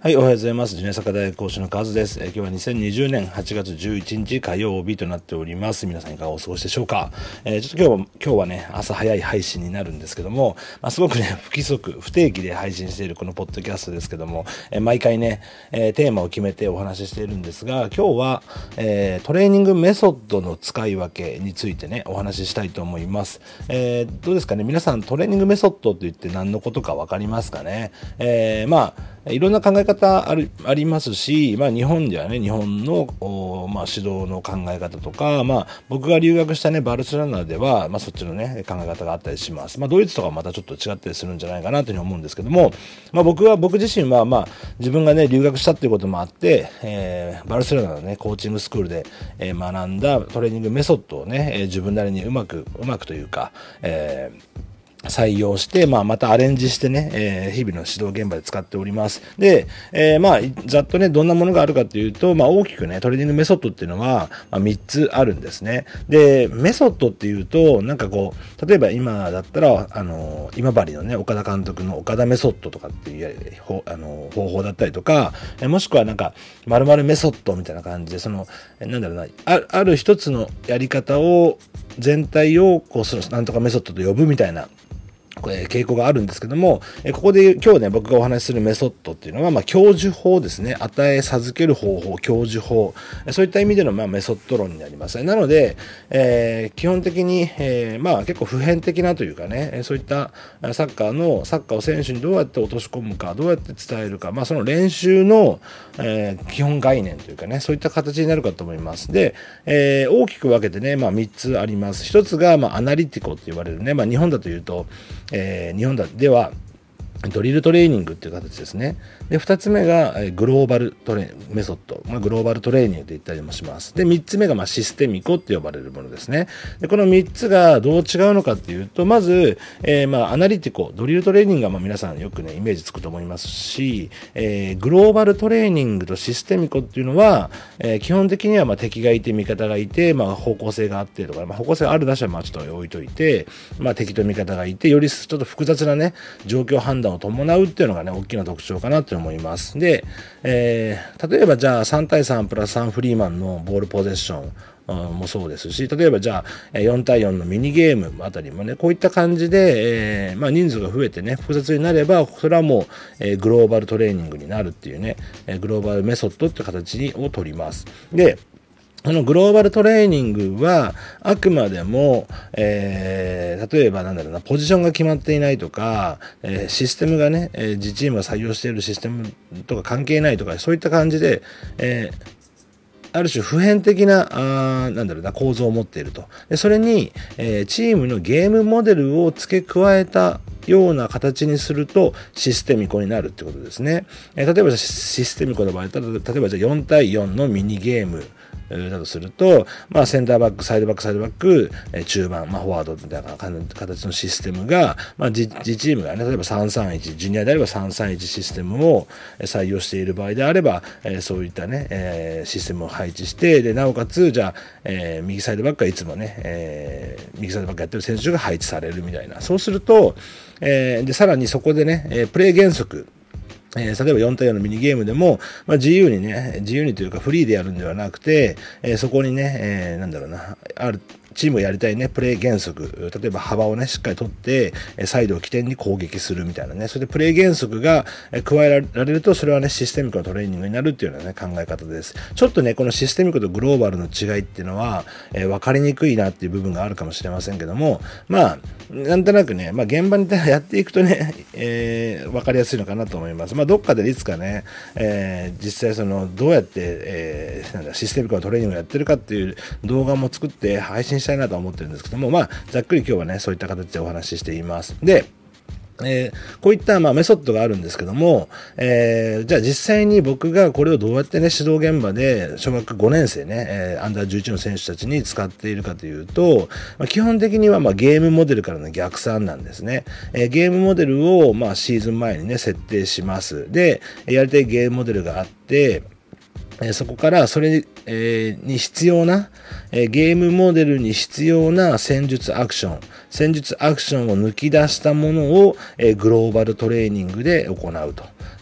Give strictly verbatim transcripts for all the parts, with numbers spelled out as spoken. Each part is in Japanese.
はい、おはようございます。ジュニアサッカー大学講師のカズです。えー、今日はにせんにじゅうねんはちがつじゅういちにち火曜日となっております。皆さんいかがお過ごしでしょうか。えー、ちょっと今日は、今日はね、朝早い配信になるんですけども、まあ、すごくね、不規則、不定期で配信しているこのポッドキャストですけども、えー、毎回ね、えー、テーマを決めてお話ししているんですが、今日は、えー、トレーニングメソッドの使い分けについてね、お話ししたいと思います。えー、どうですかね、皆さんトレーニングメソッドと言って何のことかわかりますかね。えー、まあ、いろんな考え方ある、ありますし、まあ日本ではね、日本の、まあ指導の考え方とか、まあ僕が留学したね、バルセロナでは、まあそっちのね、考え方があったりします。まあドイツとかまたちょっと違ったりするんじゃないかなというふうに思うんですけども、まあ僕は、僕自身はまあ自分がね、留学したっていうこともあって、えー、バルセロナのね、コーチングスクールで、えー、学んだトレーニングメソッドをね、えー、自分なりにうまく、うまくというか、えー採用して、まあ、またアレンジしてね、えー、日々の指導現場で使っております。で、えー、まあ、ざっとね、どんなものがあるかというと、まあ、大きくね、トレーニングメソッドっていうのは、まあ、みっつあるんですね。で、メソッドっていうと、なんかこう、例えば今だったら、あの、今治のね、岡田監督の岡田メソッドとかっていう、あの、方法だったりとか、もしくはなんか、〇〇メソッドみたいな感じで、その、なんだろうな、あある一つのやり方を、全体を、こう、その、なんとかメソッドと呼ぶみたいな、傾向があるんですけども、ここで今日ね、僕がお話しするメソッドっていうのは、まあ、教授法ですね。与え授ける方法、教授法。そういった意味での、まあ、メソッド論になります。なので、えー、基本的に、えー、まあ、結構普遍的なというかね、そういったサッカーの、サッカーを選手にどうやって落とし込むか、どうやって伝えるか、まあ、その練習の、えー、基本概念というかね、そういった形になるかと思います。で、えー、大きく分けてね、まあ、みっつあります。ひとつが、まあ、アナリティコって言われるね、まあ、日本だというと、えー、日本ではドリルトレーニングっていう形ですね。で、二つ目がグローバルトレメソッド。まあ、グローバルトレーニングと言ったりもします。で、三つ目がまあシステミコって呼ばれるものですね。で、この三つがどう違うのかっていうと、まず、えー、まあアナリティコ、ドリルトレーニングがまあ皆さんよくね、イメージつくと思いますし、えー、グローバルトレーニングとシステミコっていうのは、えー、基本的にはまあ敵がいて味方がいて、まあ方向性があってとか、まあ方向性があるなしはまあちょっと置いといて、まあ敵と味方がいて、よりちょっと複雑なね、状況判断を伴うっていうのがね、大きな特徴かなと思います。で、えー、例えばじゃあさんたいさんプラスさんフリーマンのボールポゼッションもそうですし、例えばじゃあよんたいよんのミニゲームあたりもね、こういった感じで、えー、まあ人数が増えてね、複雑になれば、それはもう、えー、グローバルトレーニングになるっていうね、グローバルメソッドっていう形を取ります。で、このグローバルトレーニングは、あくまでも、えー、例えばなんだろうな、ポジションが決まっていないとか、えー、システムがね、えー、自チームが採用しているシステムとか関係ないとか、そういった感じで、えーある種普遍的な、あなんだろうな、構造を持っていると。でそれに、えー、チームのゲームモデルを付け加えたような形にするとシステミコになるってことですね。えー、例えばシステミコの場合、例えばじゃあよんたいよんのミニゲームだとすると、まあセンターバック、サイドバック、サイドバック、えー、中盤、まあフォワードみたいな形のシステムが、まあ自チームがね、例えばさんさんいち、ジュニアであればさんさんいちシステムを採用している場合であれば、えー、そういったね、えー、システムを配置して、で、なおかつ、じゃあ、えー、右サイドバックはいつもね、えー、右サイドバックやってる選手が配置されるみたいな。そうすると、えー、で、さらにそこでね、えー、プレー原則、えー、例えばよんたいよんのミニゲームでも、まあ、自由にね、自由にというかフリーでやるんではなくて、えー、そこにね、えー、なんだろうな、ある、チームがやりたいね、プレー原則、例えば幅をね、しっかり取って、サイドを起点に攻撃するみたいなね、それでプレー原則が加えられると、それはね、システミックのトレーニングになるっていうようなね、考え方です。ちょっとね、このシステミックとグローバルの違いっていうのは、えー、分かりにくいなっていう部分があるかもしれませんけども、まあ、なんとなくね、まあ、現場にやっていくとね、えー、分かりやすいのかなと思います。まあ、どっかでいつかね、えー、実際その、どうやって、えー、なんだ、システミックのトレーニングをやってるかっていう動画も作って配信したいなと思ってるんですけども、まあ、ざっくり今日はね、そういった形でお話ししています。で、えー、こういったまあメソッドがあるんですけども、えー、じゃあ実際に僕がこれをどうやってね、指導現場で小学ごねん生ね、えー、アンダーじゅういちの選手たちに使っているかというと、まあ、基本的にはまあゲームモデルからの逆算なんですね。えー、ゲームモデルをまあシーズン前にね、設定します。で、やりたいゲームモデルがあって、えー、そこからそれ、えー、に必要な、えー、ゲームモデルに必要な戦術アクション、戦術アクションを抜き出したものを、えー、グローバルトレーニングで行うと。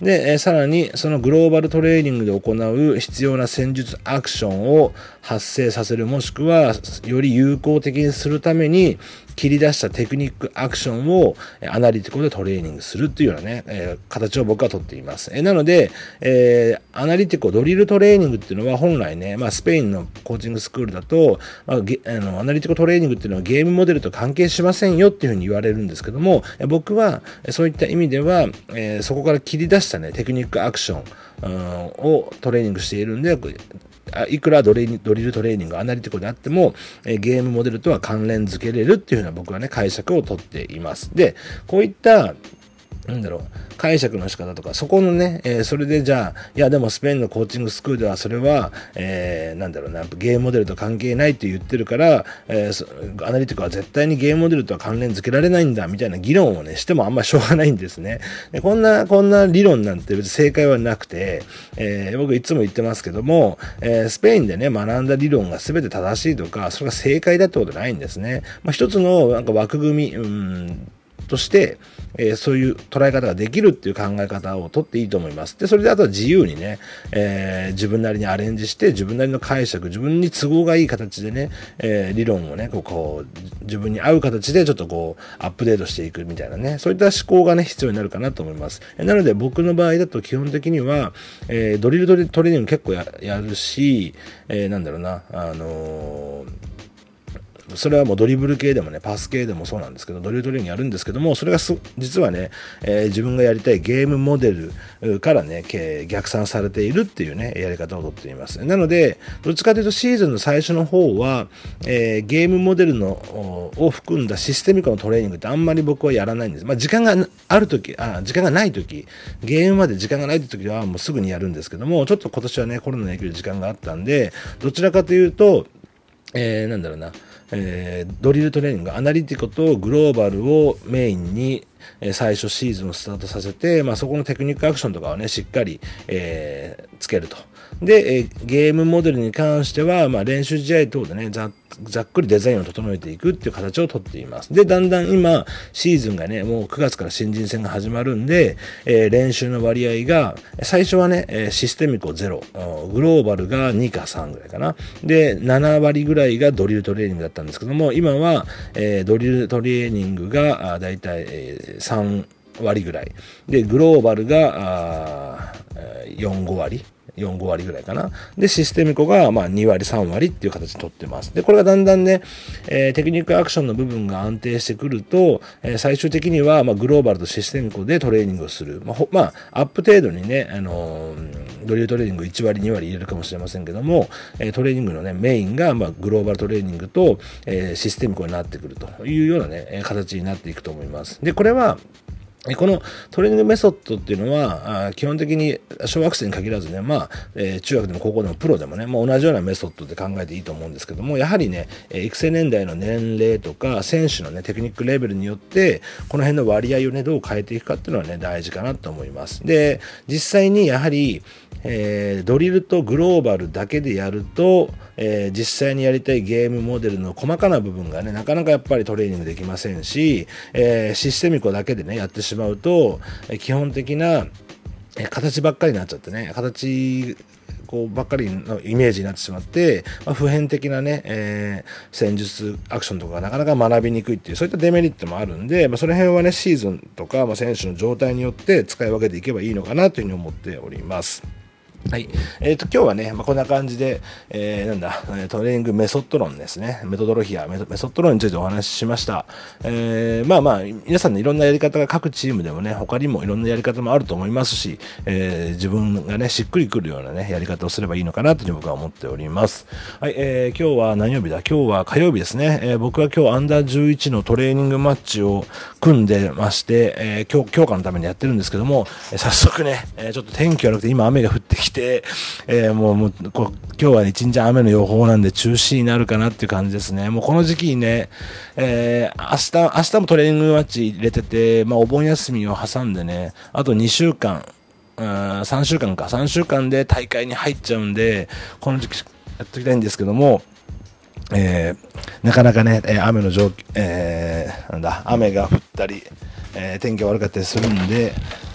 で、えー、さらにそのグローバルトレーニングで行う必要な戦術アクションを発生させる、もしくはより有効的にするために切り出したテクニックアクションをアナリティコでトレーニングするというようなね、えー、形を僕はとっています。えー、なので、えー、アナリティコドリルトレーニングっていうのは本来ね、まあ、スペインのコーチングスクールだと、まあ、ゲあのアナリティコトレーニングっていうのはゲームモデルと関係しませんよっていうふうに言われるんですけども、僕はそういった意味では、えー、そこから切り出したねテクニックアクション、うん、をトレーニングしているんで、いくらドリドリルトレーニング、アナリティコであっても、えー、ゲームモデルとは関連づけれるっていうふうな僕はね、解釈をとっています。で、こういった、なんだろう、解釈の仕方とか、そこのね、えー、それでじゃあ、いやでもスペインのコーチングスクールではそれは、えー、なんだろうな、ゲームモデルと関係ないって言ってるから、えー、アナリティコは絶対にゲームモデルとは関連づけられないんだ、みたいな議論をね、してもあんまりしょうがないんですね。でこんな、こんな理論なんて別に正解はなくて、えー、僕いつも言ってますけども、えー、スペインでね、学んだ理論が全て正しいとか、それが正解だってことないんですね。まあ、一つのなんか枠組み、うんとして、えー、そういう捉え方ができるっていう考え方をとっていいと思います。で、それであとは自由にね、えー、自分なりにアレンジして、自分なりの解釈、自分に都合がいい形でね、えー、理論をね、こう、こう、自分に合う形でちょっとこう、アップデートしていくみたいなね、そういった思考がね、必要になるかなと思います。なので僕の場合だと基本的には、えー、ドリルトレトレーニング結構 や, やるし、えー、なんだろうな、あのーそれはもうドリブル系でもね、パス系でもそうなんですけど、ドリルトレーニングやるんですけども、それがす実はね、えー、自分がやりたいゲームモデルからね、逆算されているっていうね、やり方をとっています。なので、どっちかというとシーズンの最初の方は、えー、ゲームモデルのを含んだシステミックのトレーニングってあんまり僕はやらないんです。まあ、時間があるとき、あ、時間がないとき、ゲームまで時間がないときはもうすぐにやるんですけども、ちょっと今年はね、コロナの影響で時間があったんで、どちらかというと、えー、なんだろうな、えー、ドリルトレーニング、アナリティコとグローバルをメインに、えー、最初シーズンをスタートさせて、まあ、そこのテクニックアクションとかをね、しっかり、えー、つけると。で、えー、ゲームモデルに関しては、まあ、練習試合等でね、ざざっくりデザインを整えていくっていう形をとっています。で、だんだん今、シーズンがね、もうくがつから新人戦が始まるんで、えー、練習の割合が、最初はね、システミコゼロ、グローバルがにかさんぐらいかな。で、ななわりぐらいがドリルトレーニングだったんですけども、今は、えー、ドリルトレーニングがだいたいさんわりぐらい。で、グローバルがよん、ごわり。よん、ごわりぐらいかな。で、システミコがまあにわり、さんわりっていう形で取ってます。で、これがだんだんね、えー、テクニックアクションの部分が安定してくると、えー、最終的にはまあグローバルとシステミコでトレーニングをする。まあ、まあ、アップ程度にね、あのー、ドリルトレーニングいちわり、にわり入れるかもしれませんけども、えー、トレーニングのね、メインがまあグローバルトレーニングと、えー、システミコになってくるというようなね、形になっていくと思います。で、これは、このトレーニングメソッドっていうのは、基本的に小学生に限らずね、まあ、えー、中学でも高校でもプロでもね、まあ、同じようなメソッドで考えていいと思うんですけども、やはりね、育成年代の年齢とか、選手のね、テクニックレベルによって、この辺の割合をね、どう変えていくかっていうのはね、大事かなと思います。で、実際にやはり、えー、ドリルとグローバルだけでやると、えー、実際にやりたいゲームモデルの細かな部分がね、なかなかやっぱりトレーニングできませんし、えー、システミコだけでね、やってしまうと、えー、基本的な、えー、形ばっかりになっちゃってね、形こうばっかりのイメージになってしまって、まあ、普遍的なね、えー、戦術アクションとかがなかなか学びにくいっていう、そういったデメリットもあるんで、まあ、その辺はね、シーズンとか、まあ、選手の状態によって使い分けていけばいいのかなというふうに思っております。はい。えっと、今日はね、まあ、こんな感じで、えー、なんだ、トレーニングメソッド論ですね。メトドロヒア、メソッド論についてお話ししました。えー、まあまあ、皆さんね、いろんなやり方が各チームでもね、他にもいろんなやり方もあると思いますし、えー、自分がね、しっくりくるようなね、やり方をすればいいのかなというふうに僕は思っております。はい、えー、今日は何曜日だ？今日は火曜日ですね。えー、僕は今日アンダーじゅういちのトレーニングマッチを組んでまして、えー、今日、強化のためにやってるんですけども、えー、早速ね、えー、ちょっと天気悪くて今雨が降ってきて、で、えー、もう、もうこう今日は一日雨の予報なんで中止になるかなっていう感じですね。もうこの時期にね、えー、明日、明日もトレーニングマッチ入れてて、まあお盆休みを挟んでね、あとにしゅうかん、うん、さんしゅうかんか、さんしゅうかんで大会に入っちゃうんで、この時期やっときたいんですけども、えー、なかなかね、雨の状況、えー、なんだ、雨が降ったり、えー、天気が悪かったりするんで、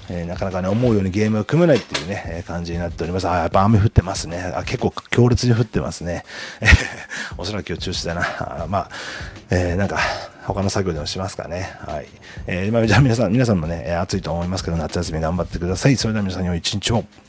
えー、なかなかね、思うようにゲームが組めないっていうね、えー、感じになっております。あ、やっぱ雨降ってますね。あ、結構強烈に降ってますね。おそらく今日中止だな。あ、まあ、えー、なんか、他の作業でもしますかね。はい。えー、まあ、じゃあ皆さん、皆さんもね、暑いと思いますけど、夏休み頑張ってください。それでは皆さん、良い一日を。